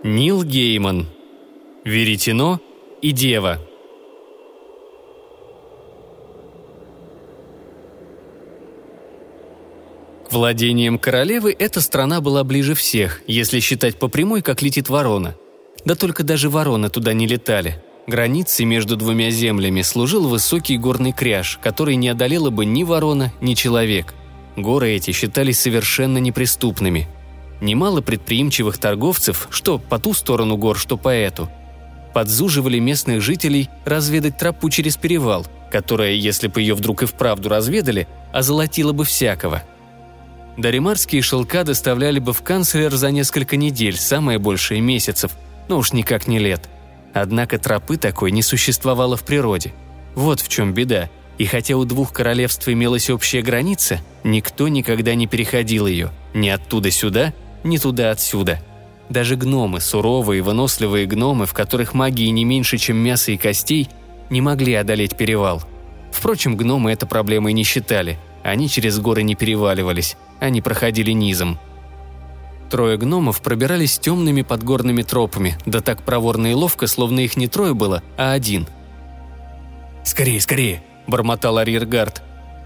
Нил Гейман. Веретено и дева. К владениям королевы эта страна была ближе всех, если считать по прямой, как летит ворона. Да только даже вороны туда не летали. Границей между двумя землями служил высокий горный кряж, который не одолела бы ни ворона, ни человек. Горы эти считались совершенно неприступными. Немало предприимчивых торговцев, что по ту сторону гор, что по эту, подзуживали местных жителей разведать тропу через перевал, которая, если бы ее вдруг и вправду разведали, озолотила бы всякого. Даримарские шелка доставляли бы в канцлер за несколько недель, самое большее месяцев, но уж никак не лет. Однако тропы такой не существовало в природе. Вот в чем беда, и хотя у двух королевств имелась общая граница, никто никогда не переходил ее, ни оттуда сюда, ни туда отсюда. Даже гномы, суровые, выносливые гномы, в которых магии не меньше, чем мяса и костей, не могли одолеть перевал. Впрочем, гномы это проблемой не считали, они через горы не переваливались, они проходили низом. Трое гномов пробирались темными подгорными тропами, да так проворно и ловко, словно их не трое было, а один. «Скорее, скорее!» – бормотал арьергард.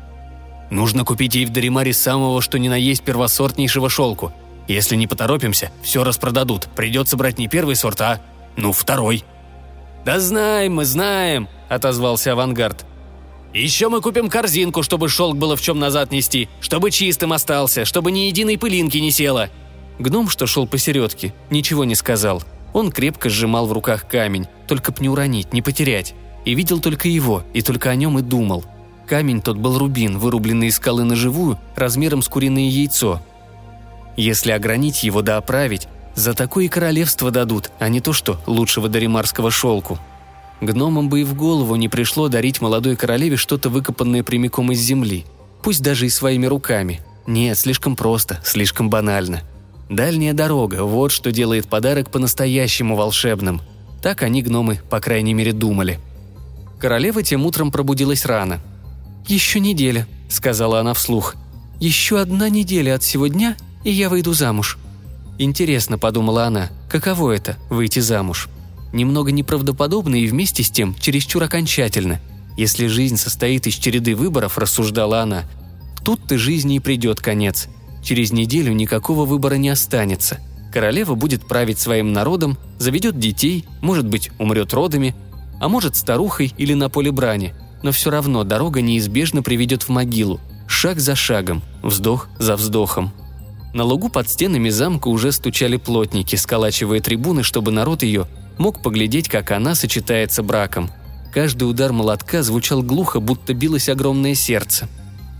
«Нужно купить ей в Даримаре самого, что ни на есть первосортнейшего шелку. Если не поторопимся, все распродадут. Придется брать не первый сорт, а, второй». «Да знаем мы, знаем!» – отозвался авангард. «Еще мы купим корзинку, чтобы шелк было в чем назад нести, чтобы чистым остался, чтобы ни единой пылинки не село». Гном, что шел посередке, ничего не сказал. Он крепко сжимал в руках камень, только б не уронить, не потерять. И видел только его, и только о нем и думал. Камень тот был рубин, вырубленный из скалы на живую, размером с куриное яйцо. Если огранить его да оправить, за такое и королевство дадут, а не то что лучшего даримарского шелку. Гномам бы и в голову не пришло дарить молодой королеве что-то выкопанное прямиком из земли, пусть даже и своими руками. Нет, слишком просто, слишком банально. Дальняя дорога – вот что делает подарок по-настоящему волшебным. Так они, гномы, по крайней мере, думали. Королева тем утром пробудилась рано. «Еще неделя», – сказала она вслух. «Еще 1 неделя от сего дня, и я выйду замуж». Интересно, подумала она, каково это – выйти замуж. Немного неправдоподобно и вместе с тем чересчур окончательно. Если жизнь состоит из череды выборов, рассуждала она, тут-то жизни и придет конец. Через неделю никакого выбора не останется. Королева будет править своим народом, заведет детей, может быть, умрет родами, а может, старухой или на поле брани. Но все равно дорога неизбежно приведет в могилу, шаг за шагом, вздох за вздохом. На лугу под стенами замка уже стучали плотники, сколачивая трибуны, чтобы народ ее мог поглядеть, как она сочетается браком. Каждый удар молотка звучал глухо, будто билось огромное сердце.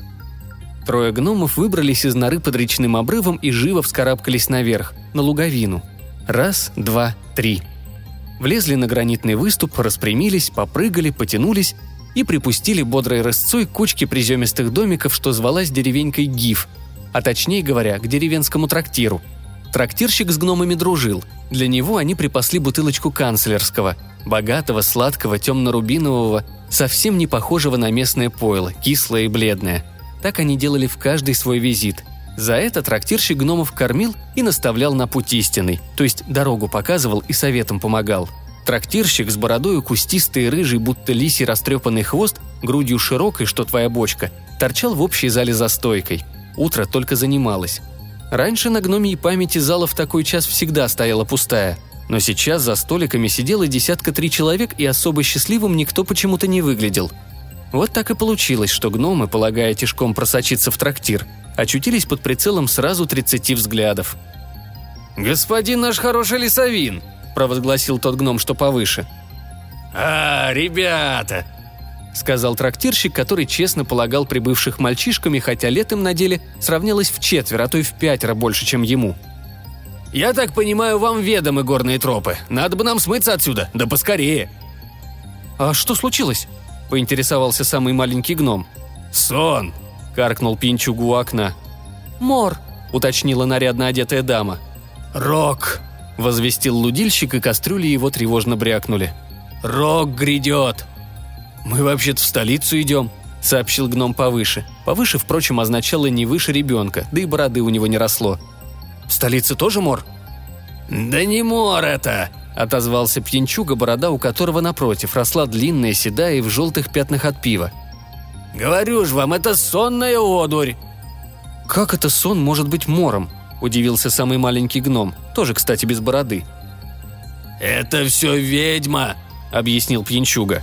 Трое гномов выбрались из норы под речным обрывом и живо вскарабкались наверх, на луговину. 1, 2, 3. Влезли на гранитный выступ, распрямились, попрыгали, потянулись и припустили бодрой рысцой к кучке приземистых домиков, что звалась деревенькой Гиф, а точнее говоря, к деревенскому трактиру. Трактирщик с гномами дружил. Для него они припасли бутылочку канцлерского, богатого, сладкого, темно-рубинового, совсем не похожего на местное пойло, кислое и бледное. Так они делали в каждый свой визит. За это трактирщик гномов кормил и наставлял на путь истинный, то есть дорогу показывал и советом помогал. Трактирщик с бородою кустистый и рыжий, будто лисий растрепанный хвост, грудью широкой, что твоя бочка, торчал в общей зале за стойкой. Утро только занималось. Раньше на гномьей памяти зала в такой час всегда стояла пустая, но сейчас за столиками сидело 3 человек, и особо счастливым никто почему-то не выглядел. Вот так и получилось, что гномы, полагая тишком просочиться в трактир, очутились под прицелом сразу 30 взглядов. «Господин наш хороший лесовин!» – провозгласил тот гном, что повыше. «А, ребята!» – сказал трактирщик, который честно полагал прибывших мальчишками, хотя лет им на деле сравнялось в 4, а то и в 5 больше, чем ему. «Я так понимаю, вам ведомы горные тропы. Надо бы нам смыться отсюда, да поскорее». «А что случилось?» – поинтересовался самый маленький гном. «Сон!» – каркнул пинчугу у окна. «Мор!» – уточнила нарядно одетая дама. «Рок!» – возвестил лудильщик, и кастрюли его тревожно брякнули. «Рок грядет!» «Мы вообще-то в столицу идем», – сообщил гном повыше. Повыше, впрочем, означало не выше ребенка, да и бороды у него не росло. «В столице тоже мор?» «Да не мор это!» – отозвался пьянчуга, борода у которого напротив росла длинная, седая и в желтых пятнах от пива. «Говорю ж вам, это сонная одурь!» «Как это сон может быть мором?» – удивился самый маленький гном, тоже, кстати, без бороды. «Это все ведьма!» – объяснил пьянчуга.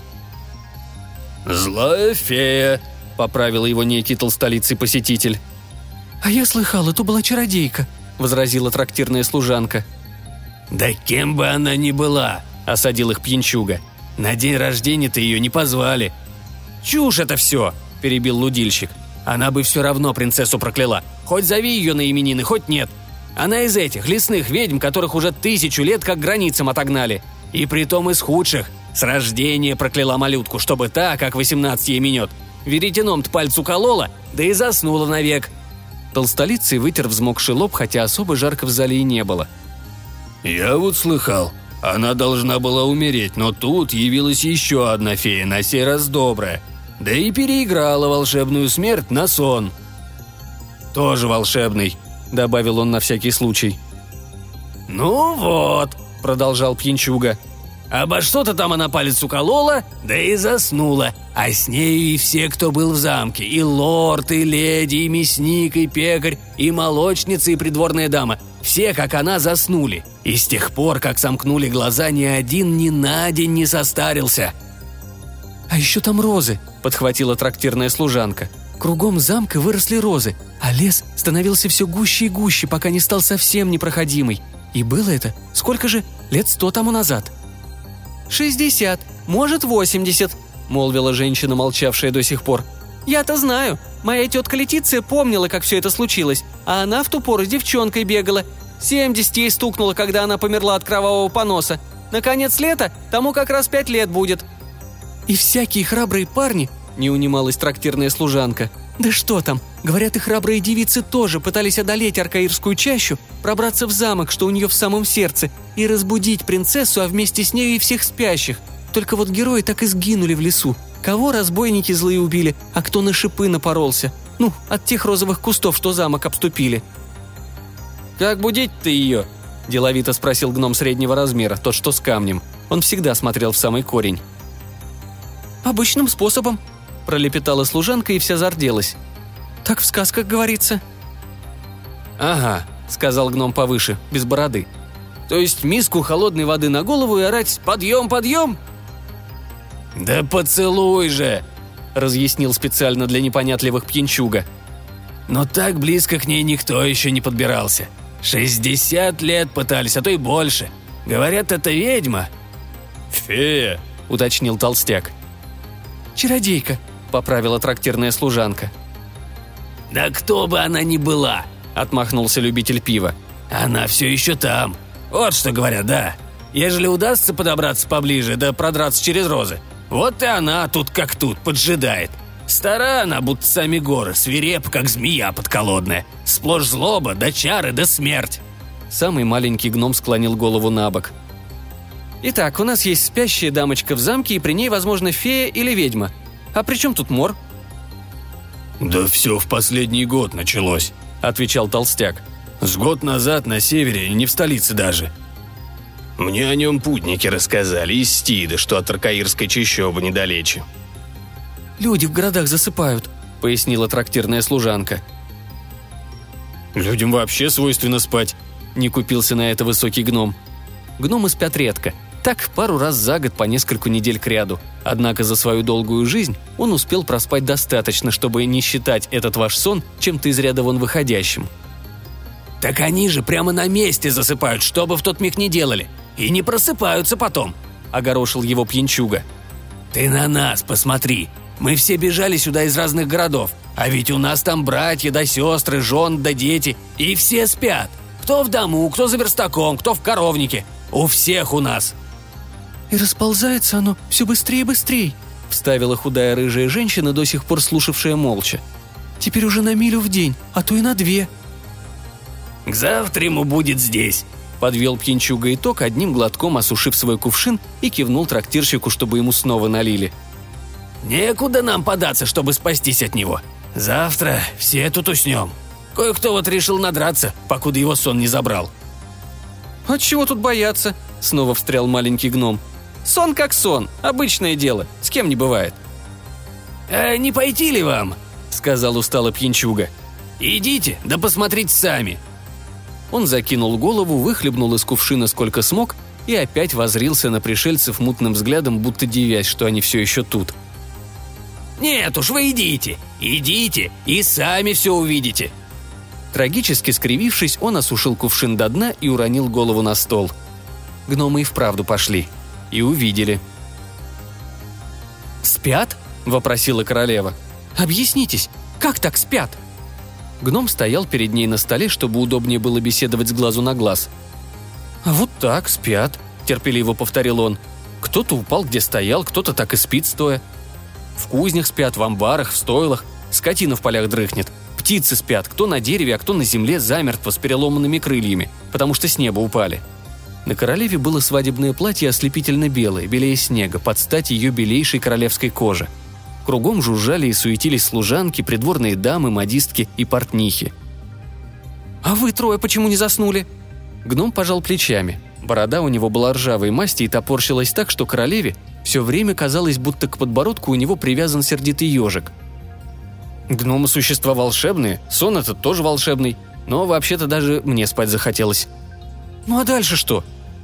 «Злая фея!» – поправил его некий толстолицый посетитель. «А я слыхала, то была чародейка», – возразила трактирная служанка. «Да кем бы она ни была!» – осадил их пьянчуга. «На день рождения-то ее не позвали». «Чушь это все!» – перебил лудильщик. «Она бы все равно принцессу прокляла. Хоть зови ее на именины, хоть нет. Она из этих лесных ведьм, которых уже 1000 лет как границам отогнали. И притом из худших. С рождения прокляла малютку, чтобы та, как 18 ей минет. Веретеном-то пальцу колола, да и заснула навек». Толстолицый вытер взмокший лоб, хотя особо жарко в зале и не было. «Я вот слыхал, она должна была умереть, но тут явилась еще одна фея, на сей раз добрая. Да и переиграла волшебную смерть на сон». «Тоже волшебный», — добавил он на всякий случай. «Ну вот», — продолжал пьянчуга. «Обо что-то там она палец уколола, да и заснула. А с нею и все, кто был в замке. И лорд, и леди, и мясник, и пекарь, и молочница, и придворная дама. Все, как она, заснули. И с тех пор, как сомкнули глаза, ни один ни на день не состарился». «А еще там розы», – подхватила трактирная служанка. «Кругом замка выросли розы, а лес становился все гуще и гуще, пока не стал совсем непроходимый. И было это сколько же? Лет 100 тому назад». 60, может 80, молвила женщина, молчавшая до сих пор. Я-то знаю. Моя тетка Летиция помнила, как все это случилось, а она в ту пору девчонкой бегала. 70 ей стукнуло, когда она померла от кровавого поноса. На конец лета тому как раз 5 лет будет. «И всякие храбрые парни», – не унималась трактирная служанка. «Да что там, говорят, и храбрые девицы тоже пытались одолеть Аркаирскую чащу, пробраться в замок, что у нее в самом сердце, и разбудить принцессу, а вместе с нею и всех спящих. Только вот герои так и сгинули в лесу. Кого разбойники злые убили, а кто на шипы напоролся. Ну, от тех розовых кустов, что замок обступили». «Как будить-то ее?» – деловито спросил гном среднего размера, тот, что с камнем. Он всегда смотрел в самый корень. «Обычным способом», – пролепетала служанка и вся зарделась. «Так в сказках говорится». «Ага», – сказал гном повыше, без бороды. «То есть миску холодной воды на голову и орать «Подъем, подъем!»» «Да поцелуй же!» – разъяснил специально для непонятливых пьянчуга. «Но так близко к ней никто еще не подбирался. 60 лет пытались, а то и больше. Говорят, это ведьма». «Фея», – уточнил толстяк. «Чародейка», – поправила трактирная служанка. «Да кто бы она ни была», – отмахнулся любитель пива. «Она все еще там. Вот что говорят, да. Ежели удастся подобраться поближе, да продраться через розы, вот и она тут как тут поджидает. Стара она, будто сами горы, свиреп, как змея подколодная. Сплошь злоба, да чары, да смерть». Самый маленький гном склонил голову на бок. «Итак, у нас есть спящая дамочка в замке, и при ней, возможно, фея или ведьма. А при чем тут мор?» «Да все в последний год началось», — отвечал толстяк. «С год назад на севере, не в столице даже. Мне о нем путники рассказали из Стида, что от Аркаирской чащобы недалече». «Люди в городах засыпают», — пояснила трактирная служанка. «Людям вообще свойственно спать», — не купился на это высокий гном. Гномы спят редко. Так, пару раз за год по нескольку недель кряду. Однако за свою долгую жизнь он успел проспать достаточно, чтобы не считать этот ваш сон чем-то из ряда вон выходящим. «Так они же прямо на месте засыпают, что бы в тот миг ни делали. И не просыпаются потом», — огорошил его пьянчуга. «Ты на нас посмотри. Мы все бежали сюда из разных городов. А ведь у нас там братья да сестры, жен да дети. И все спят. Кто в дому, кто за верстаком, кто в коровнике. У всех у нас». «И расползается оно все быстрее и быстрее», – вставила худая рыжая женщина, до сих пор слушавшая молча. «Теперь уже на милю в день, а то и на 2». «К завтраму будет здесь», – подвел пьянчуга итог, одним глотком осушив свой кувшин и кивнул трактирщику, чтобы ему снова налили. «Некуда нам податься, чтобы спастись от него. Завтра все тут уснем. Кое-кто вот решил надраться, покуда его сон не забрал». «А чего тут бояться?» – снова встрял маленький гном. «Сон как сон, обычное дело, с кем не бывает». «А не пойти ли вам?» – сказал устало пьянчуга. «Идите, да посмотрите сами». Он закинул голову, выхлебнул из кувшина сколько смог и опять воззрился на пришельцев мутным взглядом, будто дивясь, что они все еще тут. «Нет уж, вы идите и сами все увидите». Трагически скривившись, он осушил кувшин до дна и уронил голову на стол. Гномы и вправду пошли. И увидели. «Спят?» – вопросила королева. «Объяснитесь, как так спят?» Гном стоял перед ней на столе, чтобы удобнее было беседовать с глазу на глаз. «А вот так, спят», – терпеливо повторил он. «Кто-то упал, где стоял, кто-то так и спит стоя. В кузнях спят, в амбарах, в стойлах, скотина в полях дрыхнет. Птицы спят, кто на дереве, а кто на земле замертво с переломанными крыльями, потому что с неба упали». На королеве было свадебное платье ослепительно белое, белее снега, под стать ее белейшей королевской коже. Кругом жужжали и суетились служанки, придворные дамы, модистки и портнихи. «А вы трое почему не заснули?» Гном пожал плечами. Борода у него была ржавой масти и топорщилась так, что королеве все время казалось, будто к подбородку у него привязан сердитый ежик. «Гномы – существа волшебные, сон этот тоже волшебный, но вообще-то даже мне спать захотелось». «Ну а дальше что?»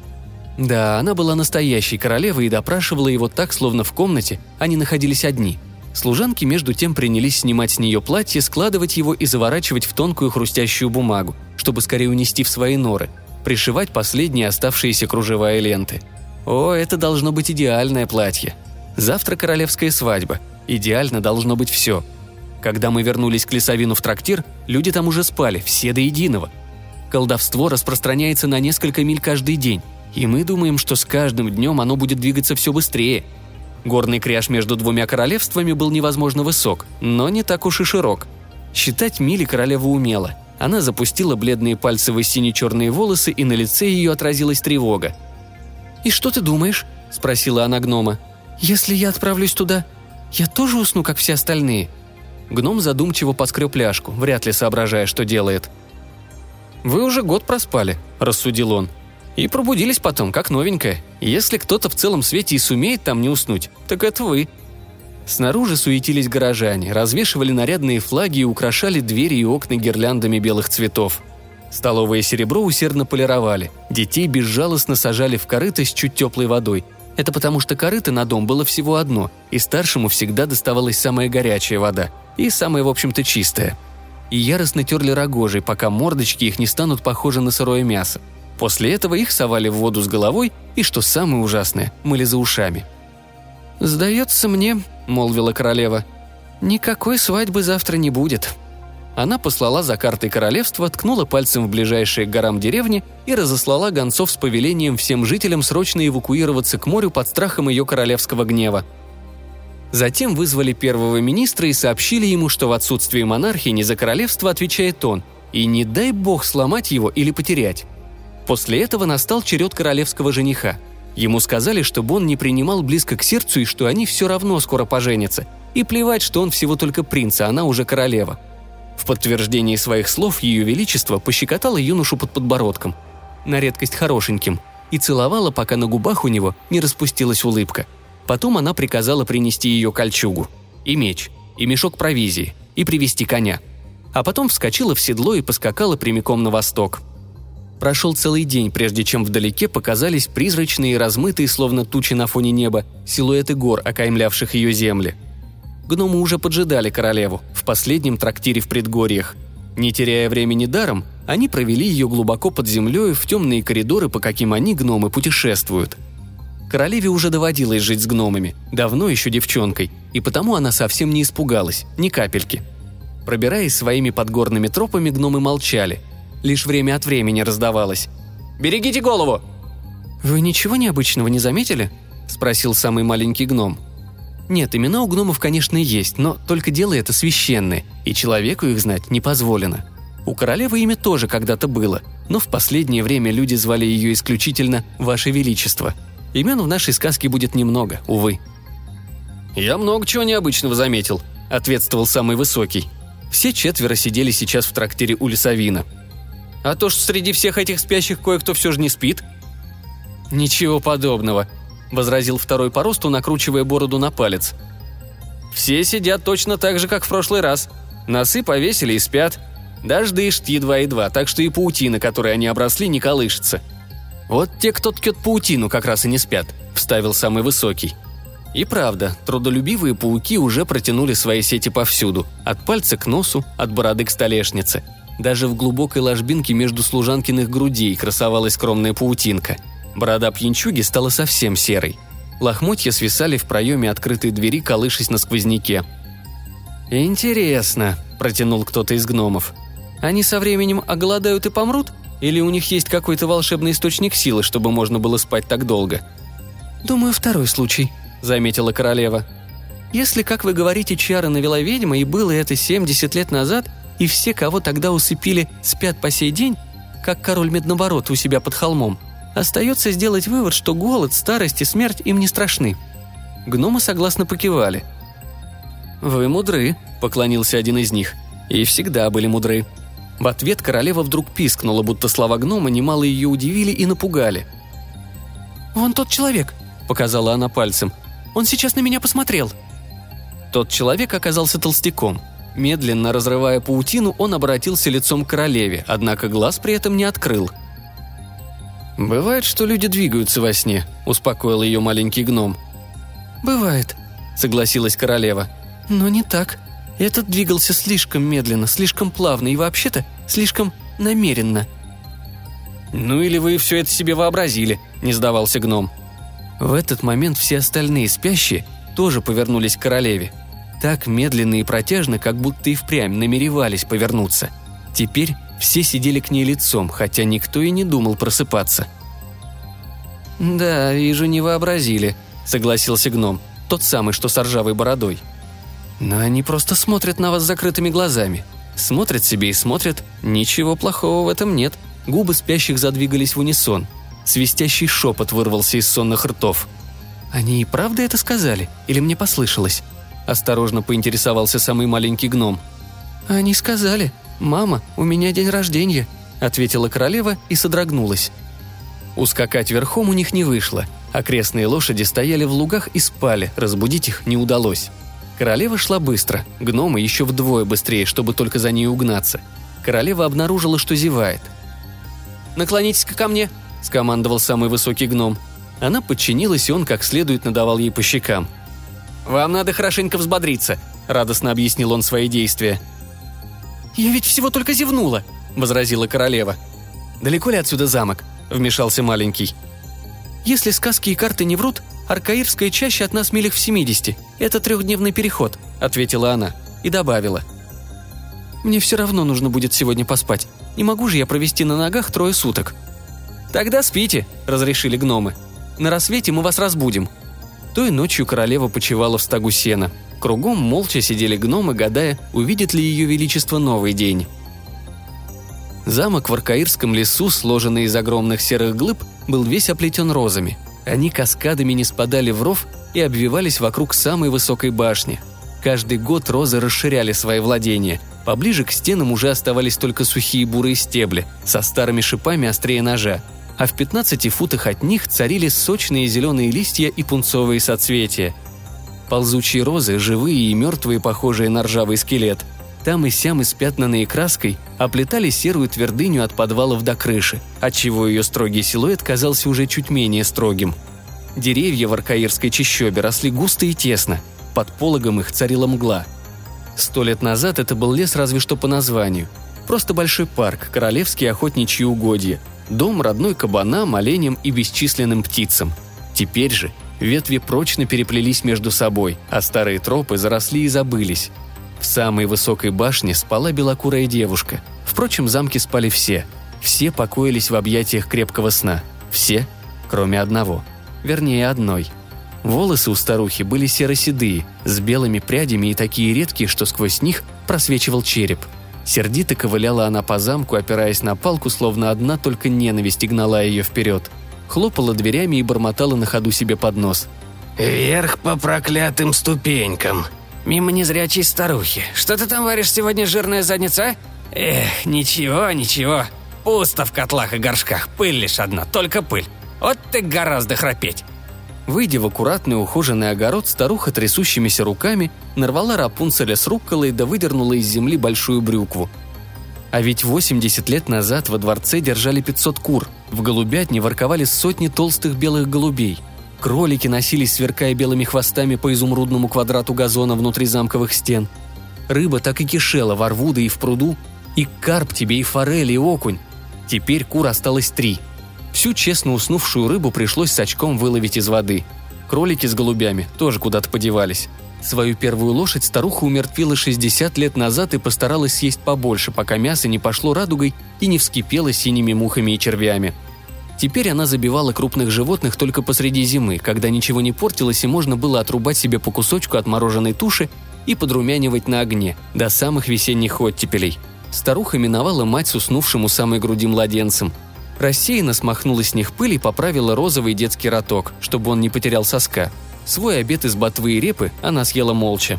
Да, она была настоящей королевой и допрашивала его так, словно в комнате они находились одни. Служанки между тем принялись снимать с нее платье, складывать его и заворачивать в тонкую хрустящую бумагу, чтобы скорее унести в свои норы, пришивать последние оставшиеся кружева и ленты. О, это должно быть идеальное платье. Завтра королевская свадьба. Идеально должно быть все. Когда мы вернулись к Лесовину в трактир, люди там уже спали, все до единого. Колдовство распространяется на несколько миль каждый день, и мы думаем, что с каждым днем оно будет двигаться все быстрее. Горный кряж между двумя королевствами был невозможно высок, но не так уж и широк. Считать мили королева умела. Она запустила бледные пальцы в сине-черные волосы, и на лице ее отразилась тревога. «И что ты думаешь?» – спросила она гнома. «Если я отправлюсь туда, я тоже усну, как все остальные?» Гном задумчиво поскреб ляжку, вряд ли соображая, что делает. «Вы уже год проспали», – рассудил он. «И пробудились потом, как новенькая. Если кто-то в целом свете и сумеет там не уснуть, так это вы». Снаружи суетились горожане, развешивали нарядные флаги и украшали двери и окна гирляндами белых цветов. Столовое серебро усердно полировали, детей безжалостно сажали в корыто с чуть теплой водой. Это потому что корыто на дом было всего одно, и старшему всегда доставалась самая горячая вода, и самая, в общем-то, чистая. И яростно терли рогожей, пока мордочки их не станут похожи на сырое мясо. После этого их совали в воду с головой и, что самое ужасное, мыли за ушами. «Сдается мне», — молвила королева, — «никакой свадьбы завтра не будет». Она послала за картой королевства, ткнула пальцем в ближайшие к горам деревни и разослала гонцов с повелением всем жителям срочно эвакуироваться к морю под страхом ее королевского гнева. Затем вызвали первого министра и сообщили ему, что в отсутствии монархини за королевство отвечает он, и не дай бог сломать его или потерять. После этого настал черед королевского жениха. Ему сказали, чтобы он не принимал близко к сердцу и что они все равно скоро поженятся, и плевать, что он всего только принц, а она уже королева. В подтверждении своих слов Ее Величество пощекотало юношу под подбородком, на редкость хорошеньким, и целовала, пока на губах у него не распустилась улыбка. Потом она приказала принести ее кольчугу, и меч, и мешок провизии, и привести коня. А потом вскочила в седло и поскакала прямиком на восток. Прошел целый день, прежде чем вдалеке показались призрачные и размытые, словно тучи на фоне неба, силуэты гор, окаймлявших ее земли. Гномы уже поджидали королеву в последнем трактире в предгорьях. Не теряя времени даром, они провели ее глубоко под землей в темные коридоры, по каким они, гномы, путешествуют. Королеве уже доводилось жить с гномами, давно еще девчонкой, и потому она совсем не испугалась, ни капельки. Пробираясь своими подгорными тропами, гномы молчали. Лишь время от времени раздавалось: «Берегите голову!» «Вы ничего необычного не заметили?» – спросил самый маленький гном. Нет, имена у гномов, конечно, есть, но только дело это священное, и человеку их знать не позволено. У королевы имя тоже когда-то было, но в последнее время люди звали ее исключительно «Ваше Величество». Имен в нашей сказке будет немного, увы. «Я много чего необычного заметил», – ответствовал самый высокий. Все четверо сидели сейчас в трактире у Лесовина. А то, что среди всех этих спящих кое-кто все же не спит». «Ничего подобного», – возразил второй по росту, накручивая бороду на палец. «Все сидят точно так же, как в прошлый раз. Носы повесили и спят. Даже дышат едва-едва, так что и паутина, которой они обросли, не колышется». «Вот те, кто ткет паутину, как раз и не спят», – вставил самый высокий. И правда, трудолюбивые пауки уже протянули свои сети повсюду, от пальца к носу, от бороды к столешнице. Даже в глубокой ложбинке между служанкиных грудей красовалась скромная паутинка. Борода пьянчуги стала совсем серой. Лохмотья свисали в проеме открытой двери, колышась на сквозняке. «Интересно», – протянул кто-то из гномов. «Они со временем оголодают и помрут? Или у них есть какой-то волшебный источник силы, чтобы можно было спать так долго?» «Думаю, второй случай», – заметила королева. «Если, как вы говорите, чары навела ведьма, и было это 70 лет назад, и все, кого тогда усыпили, спят по сей день, как король Медноборот у себя под холмом, остается сделать вывод, что голод, старость и смерть им не страшны». Гномы согласно покивали. «Вы мудры», – поклонился один из них. «И всегда были мудры». В ответ королева вдруг пискнула, будто слова гнома немало ее удивили и напугали. «Вон тот человек», – показала она пальцем. «Он сейчас на меня посмотрел». Тот человек оказался толстяком. Медленно разрывая паутину, он обратился лицом к королеве, однако глаз при этом не открыл. «Бывает, что люди двигаются во сне», – успокоил ее маленький гном. «Бывает», – согласилась королева. «Но не так. Этот двигался слишком медленно, слишком плавно и вообще-то слишком намеренно». «Ну или вы все это себе вообразили», – не сдавался гном. В этот момент все остальные спящие тоже повернулись к королеве. Так медленно и протяжно, как будто и впрямь намеревались повернуться. Теперь все сидели к ней лицом, хотя никто и не думал просыпаться. «Да, вижу, не вообразили», – согласился гном, тот самый, что с ржавой бородой. «Но они просто смотрят на вас закрытыми глазами. Смотрят себе и смотрят, ничего плохого в этом нет». Губы спящих задвигались в унисон. Свистящий шепот вырвался из сонных ртов. «Они и правда это сказали? Или мне послышалось?» Осторожно поинтересовался самый маленький гном. «Они сказали. Мама, у меня день рождения», – ответила королева и содрогнулась. Ускакать верхом у них не вышло. Окрестные лошади стояли в лугах и спали, разбудить их не удалось. Королева шла быстро, гномы еще вдвое быстрее, чтобы только за ней угнаться. Королева обнаружила, что зевает. «Наклонитесь-ка ко мне», – скомандовал самый высокий гном. Она подчинилась, и он как следует надавал ей по щекам. «Вам надо хорошенько взбодриться», – радостно объяснил он свои действия. «Я ведь всего только зевнула», – возразила королева. «Далеко ли отсюда замок?» – вмешался маленький. «Если сказки и карты не врут, Аркаирская чаща от нас милях в 70. Это 3-дневный переход», – ответила она и добавила. «Мне все равно нужно будет сегодня поспать. Не могу же я провести на ногах 3 суток». «Тогда спите», – разрешили гномы. «На рассвете мы вас разбудим». Той ночью королева почивала в стогу сена. Кругом молча сидели гномы, гадая, увидит ли ее величество новый день. Замок в Аркаирском лесу, сложенный из огромных серых глыб, был весь оплетен розами. Они каскадами не спадали в ров и обвивались вокруг самой высокой башни. Каждый год розы расширяли свои владения. Поближе к стенам уже оставались только сухие бурые стебли, со старыми шипами острее ножа. А в 15 футах от них царили сочные зеленые листья и пунцовые соцветия. Ползучие розы, живые и мертвые, похожие на ржавый скелет, там и сям испятнанные краской, оплетали серую твердыню от подвалов до крыши, отчего ее строгий силуэт казался уже чуть менее строгим. Деревья в Аркаирской чащобе росли густо и тесно, под пологом их царила мгла. 100 лет назад это был лес разве что по названию. Просто большой парк, королевские охотничьи угодья, дом родной кабанам, оленям и бесчисленным птицам. Теперь же ветви прочно переплелись между собой, а старые тропы заросли и забылись. В самой высокой башне спала белокурая девушка. Впрочем, в замке спали все. Все покоились в объятиях крепкого сна. Все, кроме одного. Вернее, одной. Волосы у старухи были серо-седые, с белыми прядями и такие редкие, что сквозь них просвечивал череп. Сердито ковыляла она по замку, опираясь на палку, словно одна только ненависть гнала ее вперед. Хлопала дверями и бормотала на ходу себе под нос. «Вверх по проклятым ступенькам. Мимо незрячей старухи. Что ты там варишь сегодня, жирная задница, а? Эх, ничего, ничего. Пусто в котлах и горшках, пыль лишь одна, только пыль. Вот ты гораздо храпеть!» Выйдя в аккуратный ухоженный огород, старуха трясущимися руками нарвала Рапунцеля с рукколой да выдернула из земли большую брюкву. А ведь 80 лет назад во дворце держали 500 кур, в голубятне ворковали сотни толстых белых голубей. Кролики носились, сверкая белыми хвостами по изумрудному квадрату газона внутри замковых стен. Рыба так и кишела во рву да и в пруду. И карп тебе, и форель, и окунь. Теперь кур осталось 3. Всю честно уснувшую рыбу пришлось с очком выловить из воды. Кролики с голубями тоже куда-то подевались. Свою первую лошадь старуха умертвила 60 лет назад и постаралась съесть побольше, пока мясо не пошло радугой и не вскипело синими мухами и червями. Теперь она забивала крупных животных только посреди зимы, когда ничего не портилось и можно было отрубать себе по кусочку отмороженной туши и подрумянивать на огне до самых весенних оттепелей. Старуха миновала мать с уснувшим у самой груди младенцем. Рассеянно смахнула с них пыль и поправила розовый детский роток, чтобы он не потерял соска. Свой обед из ботвы и репы она съела молча.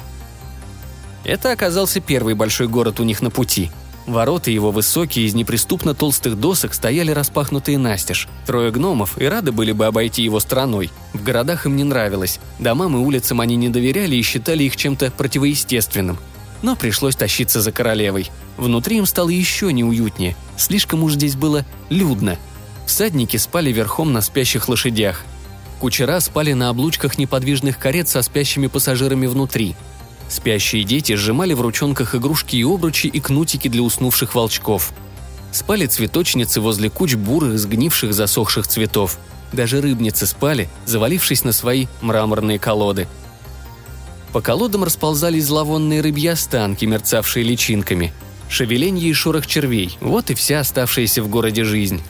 Это оказался первый большой город у них на пути. Ворота его высокие, из неприступно толстых досок, стояли распахнутые настежь. 3 гномов и рады были бы обойти его стороной. В городах им не нравилось. Домам и улицам они не доверяли и считали их чем-то противоестественным. Но пришлось тащиться за королевой. Внутри им стало еще неуютнее. Слишком уж здесь было людно. Всадники спали верхом на спящих лошадях. Кучера спали на облучках неподвижных карет со спящими пассажирами внутри. Спящие дети сжимали в ручонках игрушки и обручи и кнутики для уснувших волчков. Спали цветочницы возле куч бурых, сгнивших, засохших цветов. Даже рыбницы спали, завалившись на свои мраморные колоды. По колодам расползались зловонные рыбьи останки, мерцавшие личинками. Шевеленье и шорох червей – вот и вся оставшаяся в городе жизнь.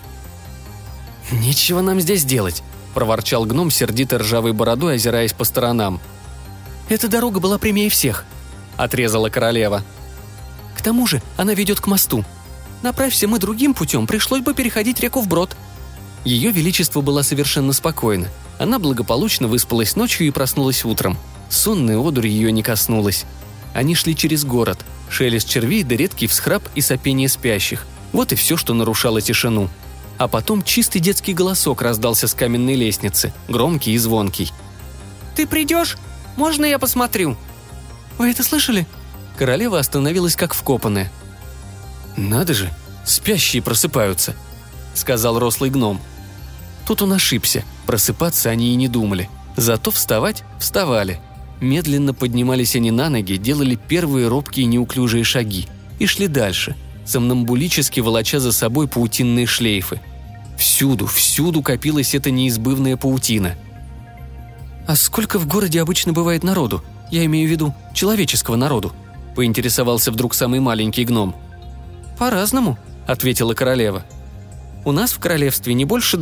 «Нечего нам здесь делать», – проворчал гном сердито ржавой бородой, озираясь по сторонам. «Эта дорога была прямее всех», – отрезала королева. «К тому же она ведет к мосту. Направься мы другим путем, пришлось бы переходить реку вброд». Ее величество была совершенно спокойна. Она благополучно выспалась ночью и проснулась утром. Сонная одурь ее не коснулась. Они шли через город. Шелест червей да редкий всхрап и сопение спящих. Вот и все, что нарушало тишину. А потом чистый детский голосок раздался с каменной лестницы, громкий и звонкий. «Ты придешь? Можно я посмотрю?» «Вы это слышали?» Королева остановилась как вкопанная. «Надо же, спящие просыпаются», — сказал рослый гном. Тут он ошибся, просыпаться они и не думали. Зато вставать вставали. Медленно поднимались они на ноги, делали первые робкие неуклюжие шаги и шли дальше, сомнамбулически волоча за собой паутинные шлейфы. Всюду копилась эта неизбывная паутина. «А сколько в городе обычно бывает народу? Я имею в виду человеческого народу», – поинтересовался вдруг самый маленький гном. «По-разному», – ответила королева. «У нас в королевстве не больше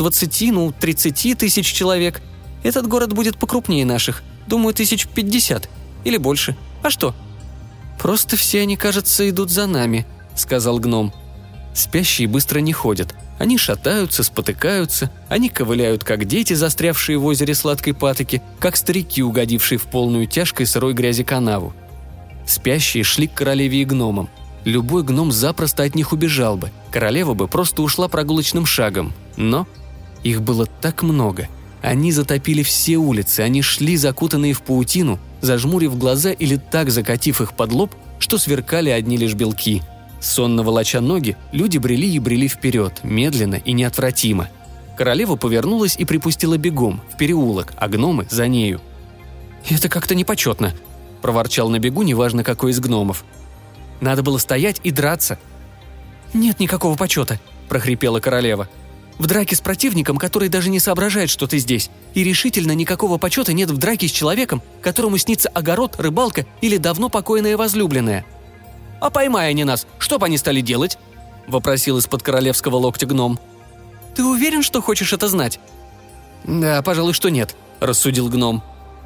30 тысяч человек. Этот город будет покрупнее наших. Думаю, 50 или больше. А что?» «Просто все они, кажется, идут за нами», — сказал гном. Спящие быстро не ходят. Они шатаются, спотыкаются, они ковыляют, как дети, застрявшие в озере сладкой патоки, как старики, угодившие в полную тяжкой сырой грязи канаву. Спящие шли к королеве и гномам. Любой гном запросто от них убежал бы, королева бы просто ушла прогулочным шагом. Но их было так много. Они затопили все улицы, они шли, закутанные в паутину, зажмурив глаза или так закатив их под лоб, что сверкали одни лишь белки. Сонно волоча ноги, люди брели и брели вперед, медленно и неотвратимо. Королева повернулась и припустила бегом, в переулок, а гномы за нею. «Это как-то непочетно», – проворчал на бегу неважно какой из гномов. «Надо было стоять и драться». «Нет никакого почета», – прохрипела королева. «В драке с противником, который даже не соображает, что ты здесь. И решительно никакого почета нет в драке с человеком, которому снится огород, рыбалка или давно покойная возлюбленная». «А поймай они нас, что бы они стали делать?» – вопросил из-под королевского локтя гном. «Ты уверен, что хочешь это знать?» «Да, пожалуй, что нет», – рассудил гном.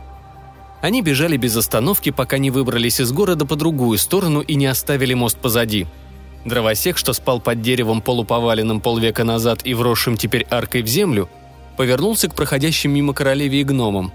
Они бежали без остановки, пока не выбрались из города по другую сторону и не оставили мост позади. Дровосек, что спал под деревом полуповаленным полвека назад и вросшим теперь аркой в землю, повернулся к проходящим мимо королеве и гномам.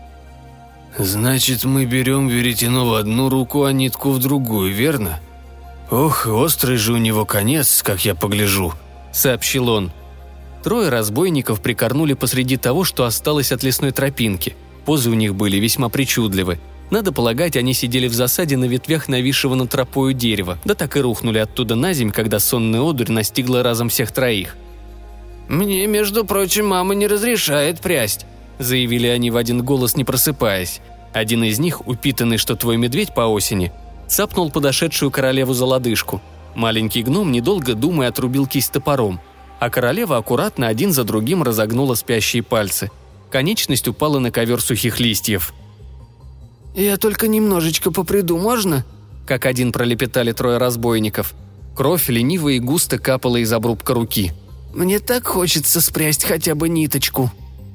«Значит, мы берем веретено в одну руку, а нитку в другую, верно? Ох, острый же у него конец, как я погляжу», — сообщил он. Трое разбойников прикорнули посреди того, что осталось от лесной тропинки. Позы у них были весьма причудливы. Надо полагать, они сидели в засаде на ветвях нависшего над тропою дерева, да так и рухнули оттуда наземь, когда сонная одурь настигла разом всех троих. «Мне, между прочим, мама не разрешает прясть», – заявили они в один голос, не просыпаясь. Один из них, упитанный, что твой медведь по осени, цапнул подошедшую королеву за лодыжку. Маленький гном, недолго думая, отрубил кисть топором, а королева аккуратно один за другим разогнула спящие пальцы. Конечность упала на ковер сухих листьев. «Я только немножечко поприду, можно?» Как один пролепетали трое разбойников. Кровь лениво и густо капала из обрубка руки. «Мне так хочется спрясть хотя бы ниточку».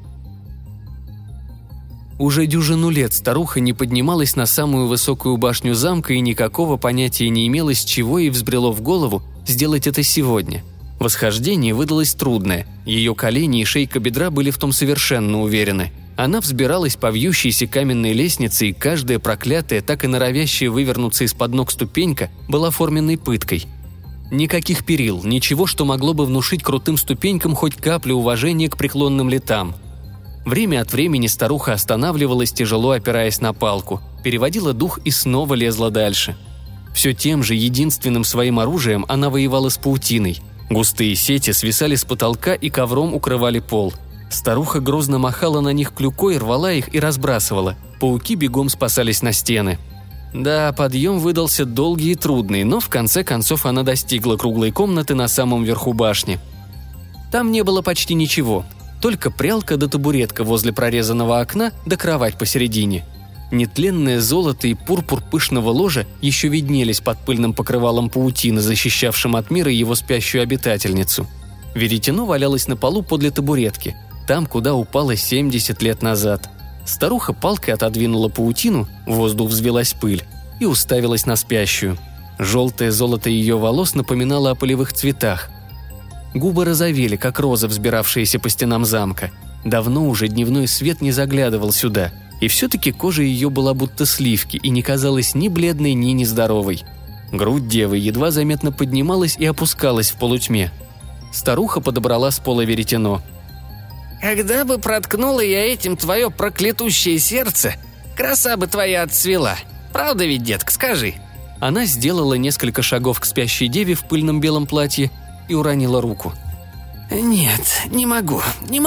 Уже дюжину лет старуха не поднималась на самую высокую башню замка и никакого понятия не имела, с чего ей взбрело в голову сделать это сегодня. Восхождение выдалось трудное, ее колени и шейка бедра были в том совершенно уверены. Она взбиралась по вьющейся каменной лестнице, и каждая проклятая, так и норовящая вывернуться из-под ног ступенька была форменной пыткой. Никаких перил, ничего, что могло бы внушить крутым ступенькам хоть каплю уважения к преклонным летам. Время от времени старуха останавливалась, тяжело опираясь на палку, переводила дух и снова лезла дальше. Все тем же единственным своим оружием она воевала с паутиной. Густые сети свисали с потолка и ковром укрывали пол. Старуха грозно махала на них клюкой, рвала их и разбрасывала. Пауки бегом спасались на стены. Да, подъем выдался долгий и трудный, но в конце концов она достигла круглой комнаты на самом верху башни. Там не было почти ничего, только прялка да табуретка возле прорезанного окна да кровать посередине. Нетленное золото и пурпур пышного ложа еще виднелись под пыльным покрывалом паутины, защищавшим от мира его спящую обитательницу. Веретено валялось на полу подле табуретки, там, куда упало 70 лет назад. Старуха палкой отодвинула паутину, в воздух взвелась пыль и уставилась на спящую. Желтое золото ее волос напоминало о полевых цветах. Губы розовели, как розы, взбиравшиеся по стенам замка. Давно уже дневной свет не заглядывал сюда, и все-таки кожа ее была будто сливки и не казалась ни бледной, ни нездоровой. Грудь девы едва заметно поднималась и опускалась в полутьме. Старуха подобрала с пола веретено. «Когда бы проткнула я этим твое проклятущее сердце, краса бы твоя отцвела. Правда ведь, детка, скажи?» Она сделала несколько шагов к спящей деве в пыльном белом платье и уронила руку. «Нет, не могу.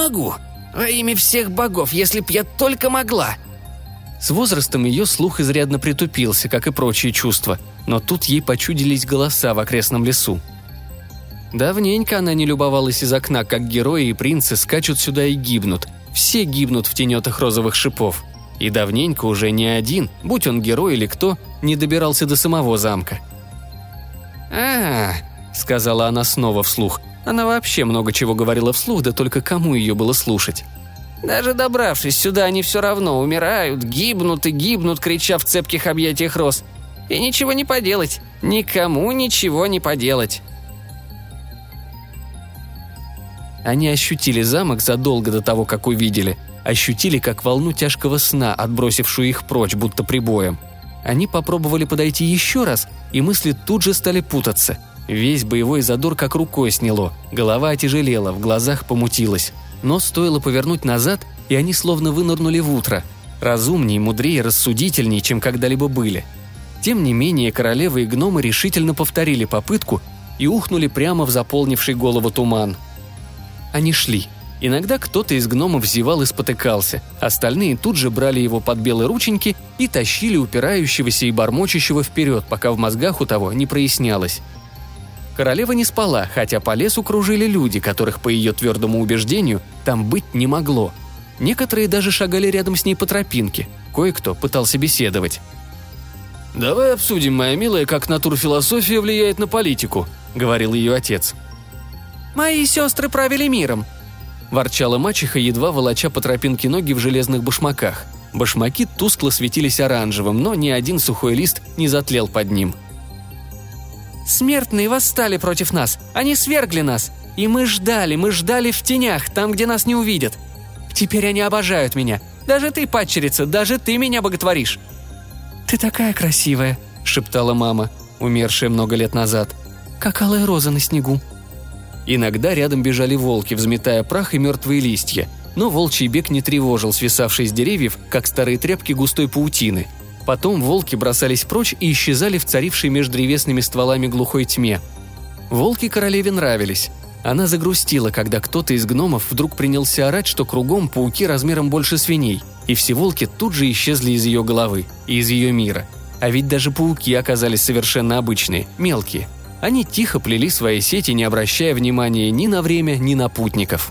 Во имя всех богов, если б я только могла!» С возрастом ее слух изрядно притупился, как и прочие чувства, но тут ей почудились голоса в окрестном лесу. Давненько она не любовалась из окна, как герои и принцы скачут сюда и гибнут. Все гибнут в тенетах розовых шипов. И давненько уже ни один, будь он герой или кто, не добирался до самого замка. Сказала она снова вслух. Она вообще много чего говорила вслух, да только кому ее было слушать? «Даже добравшись сюда, они все равно умирают, гибнут и гибнут, крича в цепких объятиях роз. И ничего не поделать, никому ничего не поделать». Они ощутили замок задолго до того, как увидели. Ощутили, как волну тяжкого сна, отбросившую их прочь, будто прибоем. Они попробовали подойти еще раз, и мысли тут же стали путаться. Весь боевой задор как рукой сняло, голова отяжелела, в глазах помутилась. Но стоило повернуть назад, и они словно вынырнули в утро. Разумнее, мудрее, рассудительнее, чем когда-либо были. Тем не менее, королева и гномы решительно повторили попытку и ухнули прямо в заполнивший голову туман. Они шли. Иногда кто-то из гномов зевал и спотыкался, остальные тут же брали его под белые рученьки и тащили упирающегося и бормочущего вперед, пока в мозгах у того не прояснялось. Королева не спала, хотя по лесу кружили люди, которых, по ее твердому убеждению, там быть не могло. Некоторые даже шагали рядом с ней по тропинке, кое-кто пытался беседовать. «Давай обсудим, моя милая, как натурфилософия влияет на политику», — говорил ее отец. «Мои сестры правили миром», – ворчала мачеха, едва волоча по тропинке ноги в железных башмаках. Башмаки тускло светились оранжевым, но ни один сухой лист не затлел под ним. «Смертные восстали против нас, они свергли нас, и мы ждали в тенях, там, где нас не увидят. Теперь они обожают меня, даже ты, падчерица, даже ты меня боготворишь». «Ты такая красивая», – шептала мама, умершая много лет назад, – «как алая роза на снегу». Иногда рядом бежали волки, взметая прах и мертвые листья, но волчий бег не тревожил свисавший с деревьев, как старые тряпки густой паутины. Потом волки бросались прочь и исчезали в царившей между древесными стволами глухой тьме. Волки королеве нравились. Она загрустила, когда кто-то из гномов вдруг принялся орать, что кругом пауки размером больше свиней, и все волки тут же исчезли из ее головы и из ее мира. А ведь даже пауки оказались совершенно обычные, мелкие. Они тихо плели свои сети, не обращая внимания ни на время, ни на путников.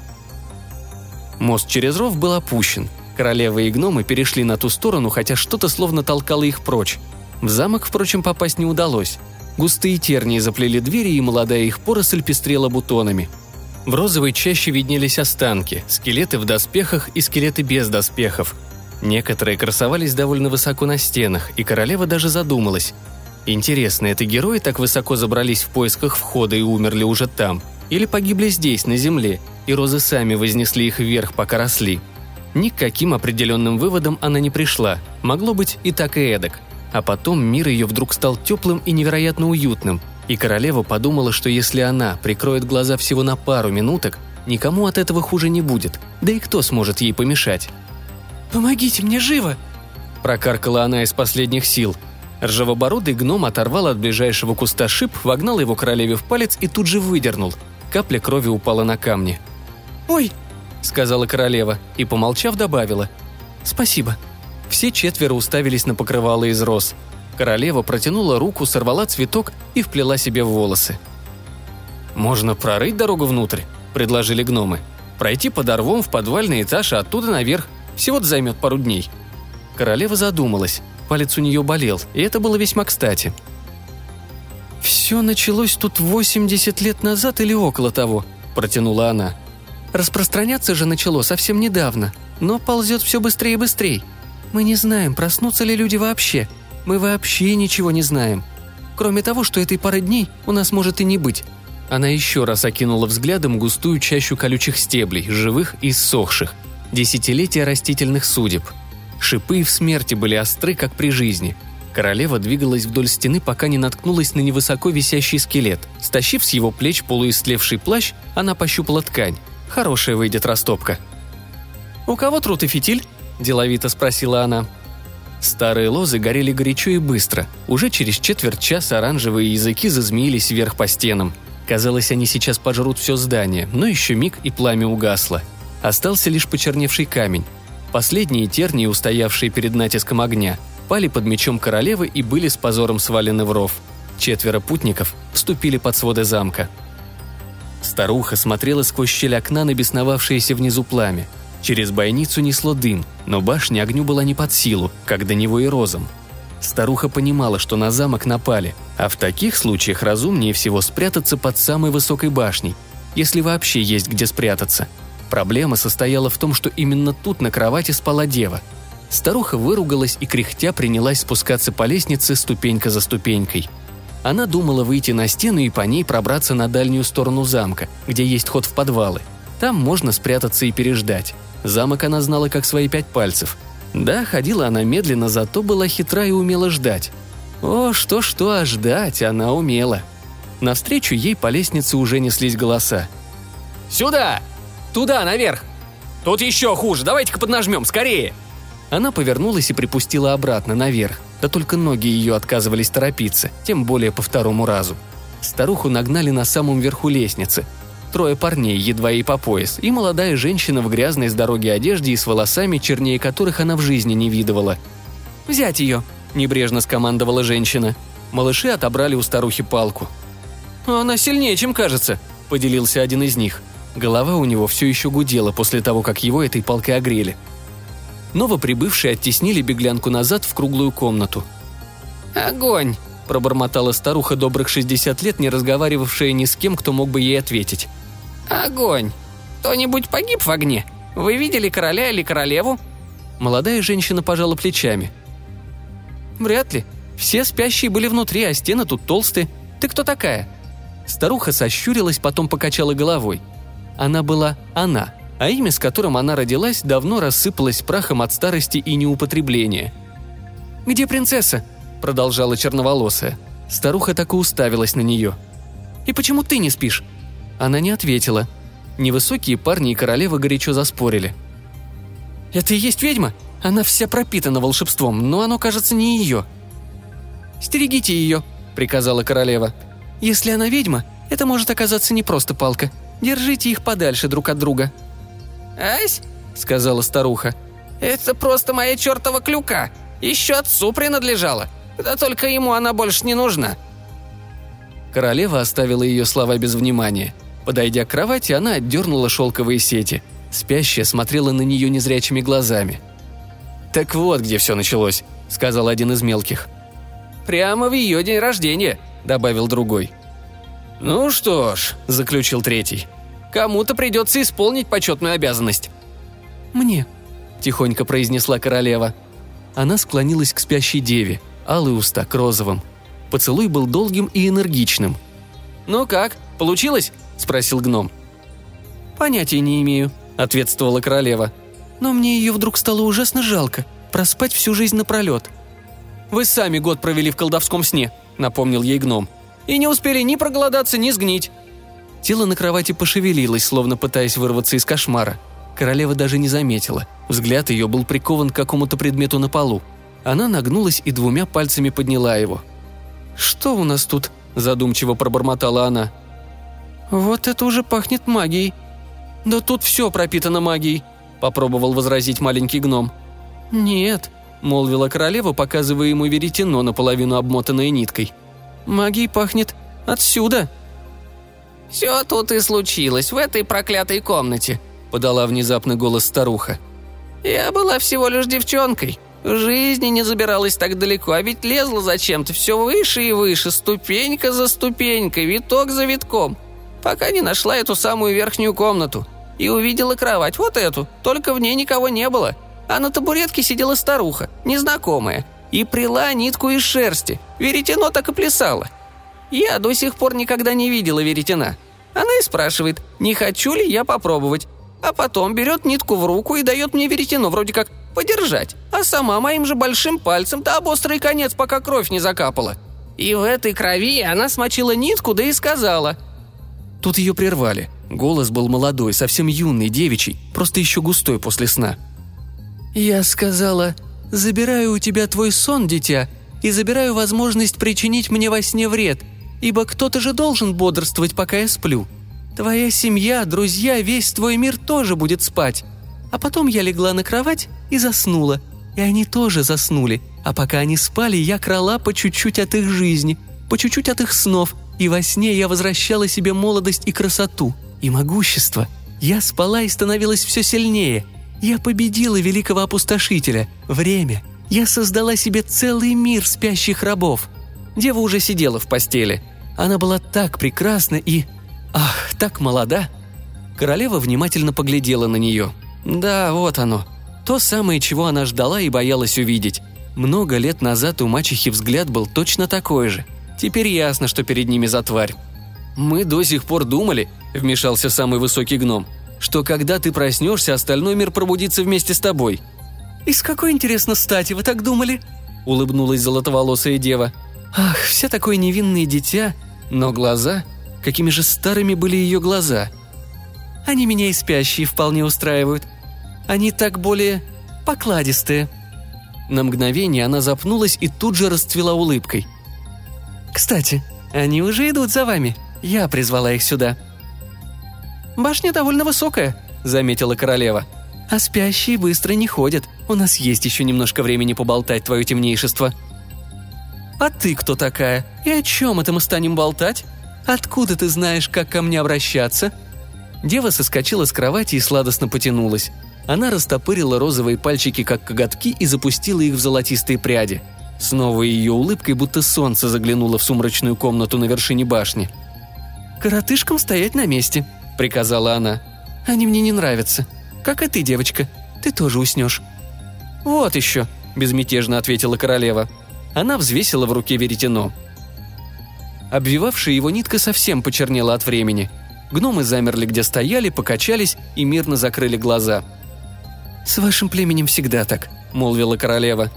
Мост через ров был опущен. Королева и гномы перешли на ту сторону, хотя что-то словно толкало их прочь. В замок, впрочем, попасть не удалось. Густые тернии заплели двери, и молодая их поросль пестрела бутонами. В розовой чаще виднелись останки, скелеты в доспехах и скелеты без доспехов. Некоторые красовались довольно высоко на стенах, и королева даже задумалась. Интересно, это герои так высоко забрались в поисках входа и умерли уже там? Или погибли здесь, на земле, и розы сами вознесли их вверх, пока росли? Ни к каким определенным выводам она не пришла, могло быть и так и эдак. А потом мир ее вдруг стал теплым и невероятно уютным, и королева подумала, что если она прикроет глаза всего на пару минуток, никому от этого хуже не будет, да и кто сможет ей помешать? «Помогите мне, живо!» – прокаркала она из последних сил. Ржавобородый гном оторвал от ближайшего куста шип, вогнал его королеве в палец и тут же выдернул. Капля крови упала на камни. «Ой!» – сказала королева и, помолчав, добавила. «Спасибо». Все четверо уставились на покрывало из роз. Королева протянула руку, сорвала цветок и вплела себе в волосы. «Можно прорыть дорогу внутрь», – предложили гномы. «Пройти под рвом в подвальный этаж, а оттуда наверх. Всего-то займет пару дней». Королева задумалась. Палец у нее болел, и это было весьма кстати. «Все началось тут 80 лет назад или около того», – протянула она. «Распространяться же начало совсем недавно, но ползет все быстрее и быстрее. Мы не знаем, проснутся ли люди вообще. Мы вообще ничего не знаем. Кроме того, что этой пары дней у нас может и не быть». Она еще раз окинула взглядом густую чащу колючих стеблей, живых и иссохших. Десятилетия растительных судеб. Шипы в смерти были остры, как при жизни. Королева двигалась вдоль стены, пока не наткнулась на невысоко висящий скелет. Стащив с его плеч полуистлевший плащ, она пощупала ткань. Хорошая выйдет растопка. «У кого труд и фитиль?» – деловито спросила она. Старые лозы горели горячо и быстро. Уже через четверть часа оранжевые языки зазмеились вверх по стенам. Казалось, они сейчас пожрут все здание, но еще миг, и пламя угасло. Остался лишь почерневший камень. Последние тернии, устоявшие перед натиском огня, пали под мечом королевы и были с позором свалены в ров. 4 путников вступили под своды замка. Старуха смотрела сквозь щель окна на бесновавшееся внизу пламя. Через бойницу несло дым, но башня огню была не под силу, как до него и розам. Старуха понимала, что на замок напали, а в таких случаях разумнее всего спрятаться под самой высокой башней, если вообще есть где спрятаться. Проблема состояла в том, что именно тут на кровати спала дева. Старуха выругалась и кряхтя принялась спускаться по лестнице ступенька за ступенькой. Она думала выйти на стену и по ней пробраться на дальнюю сторону замка, где есть ход в подвалы. Там можно спрятаться и переждать. Замок она знала как свои 5 пальцев. Да, ходила она медленно, зато была хитра и умела ждать. О, что-что, а ждать она умела. Навстречу ей по лестнице уже неслись голоса. «Сюда! Туда, наверх! Тут еще хуже, давайте-ка поднажмем, скорее!» Она повернулась и припустила обратно, наверх. Да только ноги ее отказывались торопиться, тем более по 2-му разу. Старуху нагнали на самом верху лестницы. 3 парней, едва ей по пояс, и молодая женщина в грязной с дороги одежде и с волосами, чернее которых она в жизни не видывала. «Взять ее!» – небрежно скомандовала женщина. Малыши отобрали у старухи палку. «Она сильнее, чем кажется», – поделился один из них. Голова у него все еще гудела после того, как его этой палкой огрели. Новоприбывшие оттеснили беглянку назад в круглую комнату. «Огонь!» – пробормотала старуха добрых 60 лет, не разговаривавшая ни с кем, кто мог бы ей ответить. «Огонь! Кто-нибудь погиб в огне? Вы видели короля или королеву?» Молодая женщина пожала плечами. «Вряд ли. Все спящие были внутри, а стены тут толстые. Ты кто такая?» Старуха сощурилась, потом покачала головой. Она была она, а имя, с которым она родилась, давно рассыпалось прахом от старости и неупотребления. «Где принцесса?» – продолжала черноволосая. Старуха так и уставилась на нее. «И почему ты не спишь?» Она не ответила. Невысокие парни и королева горячо заспорили. «Это и есть ведьма? Она вся пропитана волшебством, но оно, кажется, не ее». «Стерегите ее», — приказала королева. «Если она ведьма, это может оказаться не просто палка. Держите их подальше друг от друга». «Ась», — сказала старуха. «это просто моя чертова клюка. Еще отцу принадлежала. Да только ему она больше не нужна». Королева оставила ее слова без внимания. Подойдя к кровати, она отдернула шелковые сети. Спящая смотрела на нее незрячими глазами. «Так вот, где все началось», — сказал один из мелких. «Прямо в ее день рождения», — добавил другой. «Ну что ж», — заключил третий, — «кому-то придется исполнить почетную обязанность». «Мне», — тихонько произнесла королева. Она склонилась к спящей деве, алые уста к розовым. Поцелуй был долгим и энергичным. «Ну как, получилось?» – спросил гном. «Понятия не имею», – ответствовала королева. «Но мне ее вдруг стало ужасно жалко. Проспать всю жизнь напролет». «Вы сами год провели в колдовском сне», – напомнил ей гном. «И не успели ни проголодаться, ни сгнить». Тело на кровати пошевелилось, словно пытаясь вырваться из кошмара. Королева даже не заметила. Взгляд ее был прикован к какому-то предмету на полу. Она нагнулась и двумя пальцами подняла его. «Что у нас тут?» – задумчиво пробормотала она. «Вот это уже пахнет магией». «Да тут все пропитано магией», – попробовал возразить маленький гном. «Нет», – молвила королева, показывая ему веретено, наполовину обмотанное ниткой. «Магией пахнет отсюда». «Все тут и случилось, в этой проклятой комнате», – подала внезапный голос старуха. «Я была всего лишь девчонкой. В жизни не забиралась так далеко, а ведь лезла зачем-то все выше и выше, ступенька за ступенькой, виток за витком, пока не нашла эту самую верхнюю комнату. И увидела кровать, вот эту, только в ней никого не было. А на табуретке сидела старуха, незнакомая, и прила нитку из шерсти. Веретено так и плясало. Я до сих пор никогда не видела веретена. Она и спрашивает, не хочу ли я попробовать. А потом берет нитку в руку и дает мне веретено, вроде как подержать, а сама моим же большим пальцем да об острый конец, пока кровь не закапала. И в этой крови она смочила нитку, да и сказала». Тут ее прервали. Голос был молодой, совсем юный, девичий, просто еще густой после сна. «Я сказала, забираю у тебя твой сон, дитя, и забираю возможность причинить мне во сне вред, ибо кто-то же должен бодрствовать, пока я сплю. Твоя семья, друзья, весь твой мир тоже будет спать. А потом я легла на кровать и заснула. И они тоже заснули. А пока они спали, я крала по чуть-чуть от их жизни, по чуть-чуть от их снов. И во сне я возвращала себе молодость и красоту, и могущество. Я спала и становилась все сильнее. Я победила великого опустошителя, время. Я создала себе целый мир спящих рабов». Дева уже сидела в постели. Она была так прекрасна и... ах, так молода. Королева внимательно поглядела на нее. Да, вот оно. То самое, чего она ждала и боялась увидеть. Много лет назад у мачехи взгляд был точно такой же. Теперь ясно, что перед ними за тварь. «Мы до сих пор думали», — вмешался самый высокий гном, «что когда ты проснешься, остальной мир пробудится вместе с тобой». «И с какой, интересно, стати вы так думали?» — улыбнулась золотоволосая дева. «Ах, все такое невинное дитя, но глаза... Какими же старыми были ее глаза!» «Они меня и спящие вполне устраивают. Они так более покладистые». На мгновение она запнулась и тут же расцвела улыбкой. «Кстати, они уже идут за вами. Я призвала их сюда». «Башня довольно высокая», — заметила королева. «А спящие быстро не ходят. У нас есть еще немножко времени поболтать, твое темнейшество». «А ты кто такая? И о чем это мы станем болтать? Откуда ты знаешь, как ко мне обращаться?» Дева соскочила с кровати и сладостно потянулась. Она растопырила розовые пальчики, как коготки, и запустила их в золотистые пряди. С новой ее улыбкой, будто солнце заглянуло в сумрачную комнату на вершине башни. «Коротышкам стоять на месте», — приказала она. «Они мне не нравятся. Как и ты, девочка. Ты тоже уснешь». «Вот еще», — безмятежно ответила королева. Она взвесила в руке веретено. Обвивавшая его нитка совсем почернела от времени. Гномы замерли, где стояли, покачались и мирно закрыли глаза. «С вашим племенем всегда так», — молвила королева.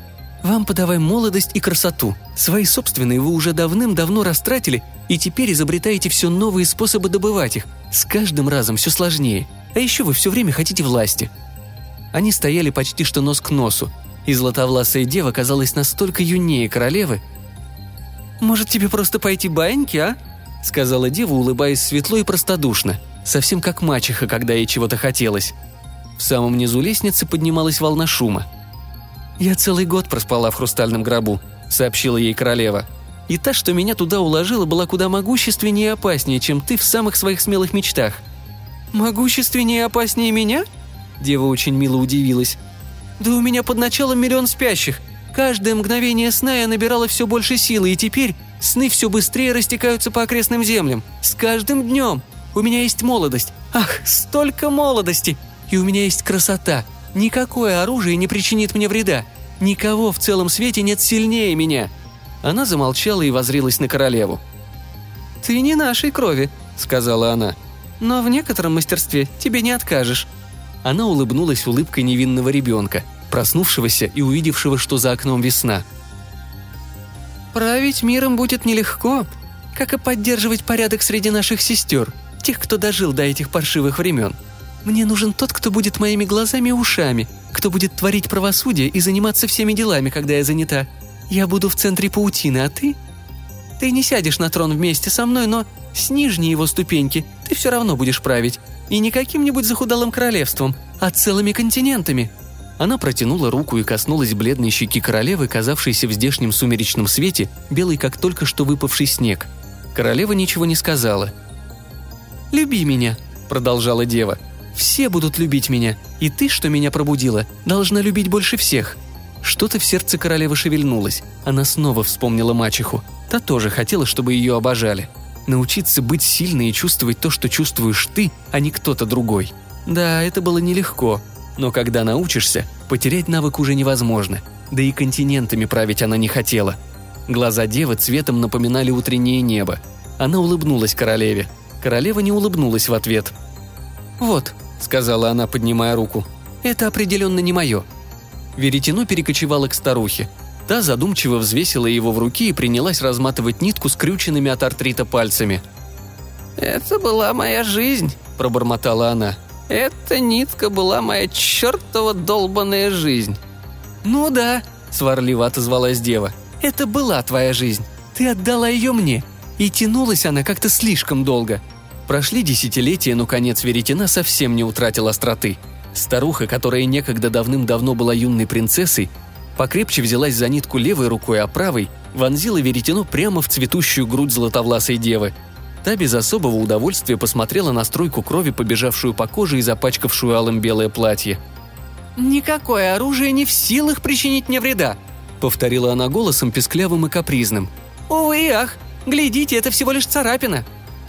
Вам подавай молодость и красоту. Свои собственные вы уже давным-давно растратили и теперь изобретаете все новые способы добывать их. С каждым разом все сложнее. А еще вы все время хотите власти». Они стояли почти что нос к носу, и златовласая дева казалась настолько юнее королевы. «Может, тебе просто пойти баиньки, а?» – сказала дева, улыбаясь светло и простодушно, совсем как мачеха, когда ей чего-то хотелось. В самом низу лестницы поднималась волна шума. «Я целый год проспала в хрустальном гробу», – сообщила ей королева. «И та, что меня туда уложила, была куда могущественнее и опаснее, чем ты в самых своих смелых мечтах». «Могущественнее и опаснее меня?» Дева очень мило удивилась. «Да у меня под началом 1 000 000 спящих. Каждое мгновение сна я набирала все больше силы, и теперь сны все быстрее растекаются по окрестным землям. С каждым днем. У меня есть молодость. Ах, столько молодости! И у меня есть красота. Никакое оружие не причинит мне вреда. Никого в целом свете нет сильнее меня». Она замолчала и воззрилась на королеву. «Ты не нашей крови», — сказала она. «Но в некотором мастерстве тебе не откажешь». Она улыбнулась улыбкой невинного ребенка, проснувшегося и увидевшего, что за окном весна. «Править миром будет нелегко, как и поддерживать порядок среди наших сестер, тех, кто дожил до этих паршивых времен. Мне нужен тот, кто будет моими глазами и ушами, кто будет творить правосудие и заниматься всеми делами, когда я занята. Я буду в центре паутины, а ты? Ты не сядешь на трон вместе со мной, но с нижней его ступеньки ты все равно будешь править. И не каким-нибудь захудалым королевством, а целыми континентами». Она протянула руку и коснулась бледной щеки королевы, казавшейся в здешнем сумеречном свете, белой, как только что выпавший снег. Королева ничего не сказала. «Люби меня», — продолжала дева. «Все будут любить меня, и ты, что меня пробудила, должна любить больше всех». Что-то в сердце королевы шевельнулось. Она снова вспомнила мачеху. Та тоже хотела, чтобы ее обожали. Научиться быть сильной и чувствовать то, что чувствуешь ты, а не кто-то другой. Да, это было нелегко. Но когда научишься, потерять навык уже невозможно. Да и континентами править она не хотела. Глаза девы цветом напоминали утреннее небо. Она улыбнулась королеве. Королева не улыбнулась в ответ. «Вот», — сказала она, поднимая руку, — «это определенно не мое». Веретено перекочевало к старухе. Та задумчиво взвесила его в руки и принялась разматывать нитку скрюченными от артрита пальцами. «Это была моя жизнь», — пробормотала она. «Эта нитка была моя чертова долбаная жизнь». «Ну да», — сварливо отозвалась дева. «Это была твоя жизнь. Ты отдала ее мне. И тянулась она как-то слишком долго». Прошли десятилетия, но конец веретена совсем не утратил остроты. Старуха, которая некогда давным-давно была юной принцессой, покрепче взялась за нитку левой рукой, а правой вонзила веретено прямо в цветущую грудь златовласой девы. Та без особого удовольствия посмотрела на струйку крови, побежавшую по коже и запачкавшую алым белое платье. «Никакое оружие не в силах причинить мне вреда», — повторила она голосом песклявым и капризным. «Увы и ах, глядите, это всего лишь царапина».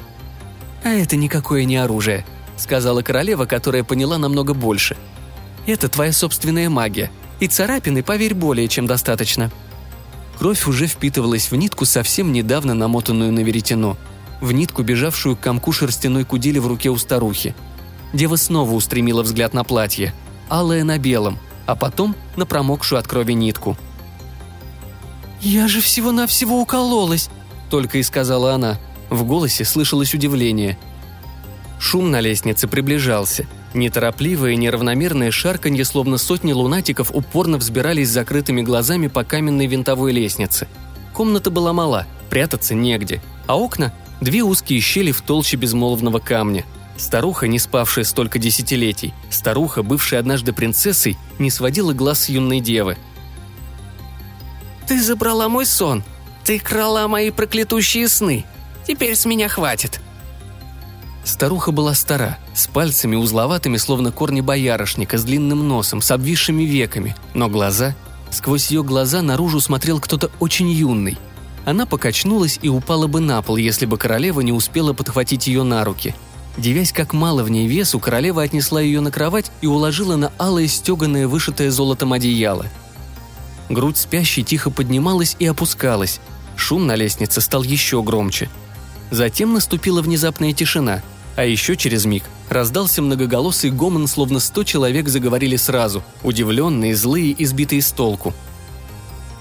«А это никакое не оружие», — сказала королева, которая поняла намного больше. «Это твоя собственная магия, и царапины, поверь, более чем достаточно». Кровь уже впитывалась в нитку, совсем недавно намотанную на веретено, в нитку, бежавшую к комку шерстяной кудели в руке у старухи. Дева снова устремила взгляд на платье, алое на белом, а потом на промокшую от крови нитку. «Я же всего-навсего укололась», — только и сказала она. В голосе слышалось удивление. Шум на лестнице приближался. Неторопливое и неравномерное шарканье, словно сотни лунатиков, упорно взбирались с закрытыми глазами по каменной винтовой лестнице. Комната была мала, прятаться негде, а окна – 2 узкие щели в толще безмолвного камня. Старуха, не спавшая столько десятилетий, старуха, бывшая однажды принцессой, не сводила глаз с юной девы. «Ты забрала мой сон. Ты крала мои проклятущие сны. Теперь с меня хватит». Старуха была стара, с пальцами узловатыми, словно корни боярышника, с длинным носом, с обвисшими веками, но глаза… Сквозь ее глаза наружу смотрел кто-то очень юный. Она покачнулась и упала бы на пол, если бы королева не успела подхватить ее на руки. Дивясь, как мало в ней весу, королева отнесла ее на кровать и уложила на алое стеганое, вышитое золотом одеяло. Грудь спящей тихо поднималась и опускалась. Шум на лестнице стал еще громче. Затем наступила внезапная тишина, а еще через миг раздался многоголосый гомон, словно 100 человек заговорили сразу, удивленные, злые и сбитые с толку.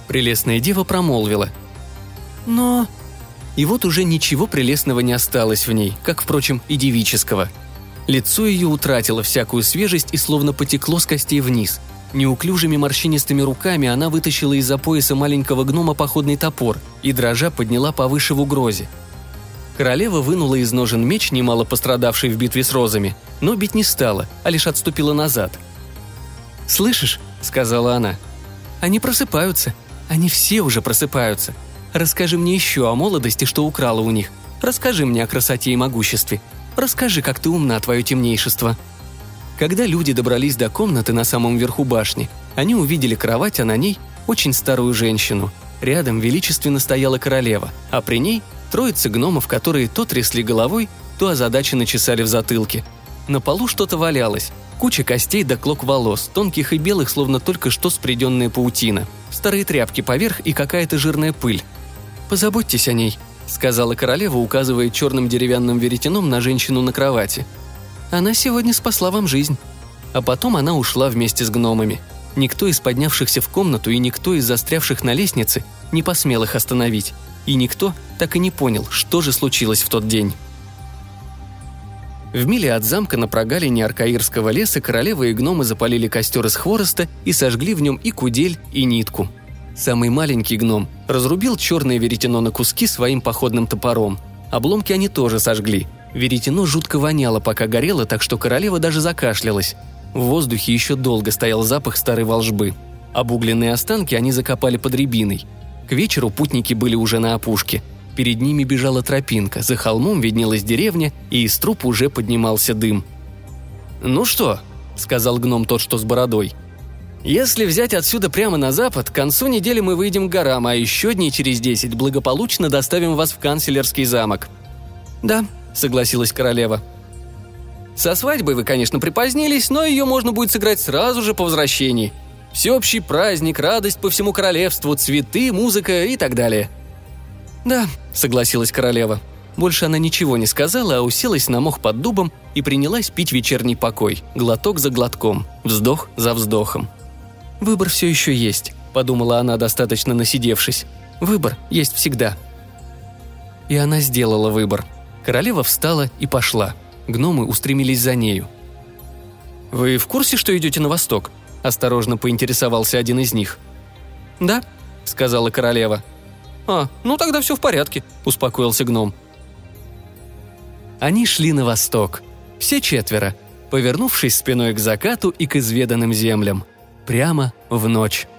Прелестная дева промолвила. «Но...» И вот уже ничего прелестного не осталось в ней, как, впрочем, и девического. Лицо ее утратило всякую свежесть и словно потекло с костей вниз. Неуклюжими морщинистыми руками она вытащила из-за пояса маленького гнома походный топор и, дрожа, подняла повыше в угрозе. Королева вынула из ножен меч, немало пострадавший в битве с розами, но бить не стала, а лишь отступила назад. «Слышишь?» – сказала она. «Они просыпаются. Они все уже просыпаются. Расскажи мне еще о молодости, что украла у них. Расскажи мне о красоте и могуществе. Расскажи, как ты умна, твое темнейшество». Когда люди добрались до комнаты на самом верху башни, они увидели кровать, а на ней очень старую женщину. Рядом величественно стояла королева, а при ней троица гномов, которые то трясли головой, то озадаченно чесали в затылке. На полу что-то валялось. Куча костей да клок волос, тонких и белых, словно только что спряденная паутина. Старые тряпки поверх и какая-то жирная пыль. «Позаботьтесь о ней», — сказала королева, указывая черным деревянным веретеном на женщину на кровати. «Она сегодня спасла вам жизнь». А потом она ушла вместе с гномами. Никто из поднявшихся в комнату и никто из застрявших на лестнице не посмел их остановить. И никто так и не понял, что же случилось в тот день. В миле от замка на прогалине Аркаирского леса королева и гномы запалили костер из хвороста и сожгли в нем и кудель, и нитку. Самый маленький гном разрубил черное веретено на куски своим походным топором. Обломки они тоже сожгли. Веретено жутко воняло, пока горело, так что королева даже закашлялась. В воздухе еще долго стоял запах старой волжбы. Обугленные останки они закопали под рябиной. К вечеру путники были уже на опушке. Перед ними бежала тропинка, за холмом виднелась деревня, и из труб уже поднимался дым. «Ну что?» – сказал гном тот, что с бородой. «Если взять отсюда прямо на запад, к концу недели мы выйдем к горам, а еще дней через 10 благополучно доставим вас в канцлерский замок». «Да», – согласилась королева. «Со свадьбой вы, конечно, припозднились, но ее можно будет сыграть сразу же по возвращении. Всеобщий праздник, радость по всему королевству, цветы, музыка и так далее». «Да», — согласилась королева. Больше она ничего не сказала, а уселась на мох под дубом и принялась пить вечерний покой, глоток за глотком, вздох за вздохом. «Выбор все еще есть», — подумала она, достаточно насидевшись. «Выбор есть всегда». И она сделала выбор. Королева встала и пошла. Гномы устремились за нею. «Вы в курсе, что идете на восток?» – осторожно поинтересовался один из них. «Да», – сказала королева. «А, ну тогда все в порядке», – успокоился гном. Они шли на восток. Все четверо, повернувшись спиной к закату и к изведанным землям. Прямо в ночь.